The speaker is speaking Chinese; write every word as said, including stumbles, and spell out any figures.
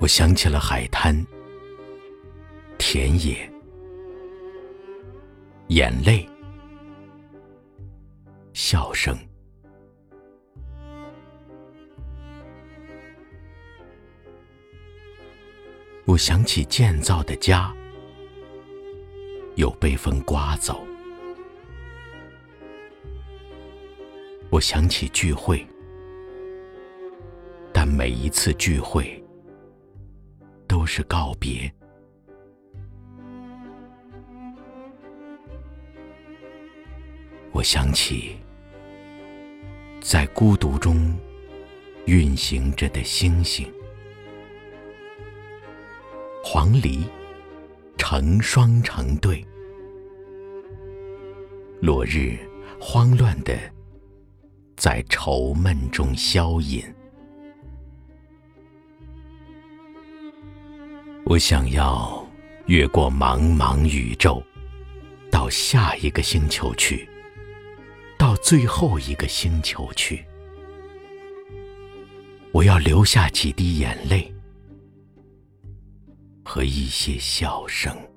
我想起了海滩、田野、眼泪、笑声。我想起建造的家，有被风刮走。我想起聚会，但每一次聚会都是告别。我想起在孤独中运行着的星星，黄鹂成双成对，落日慌乱地在愁闷中消隐。我想要越过茫茫宇宙，到下一个星球去，到最后一个星球去。我要留下几滴眼泪和一些笑声。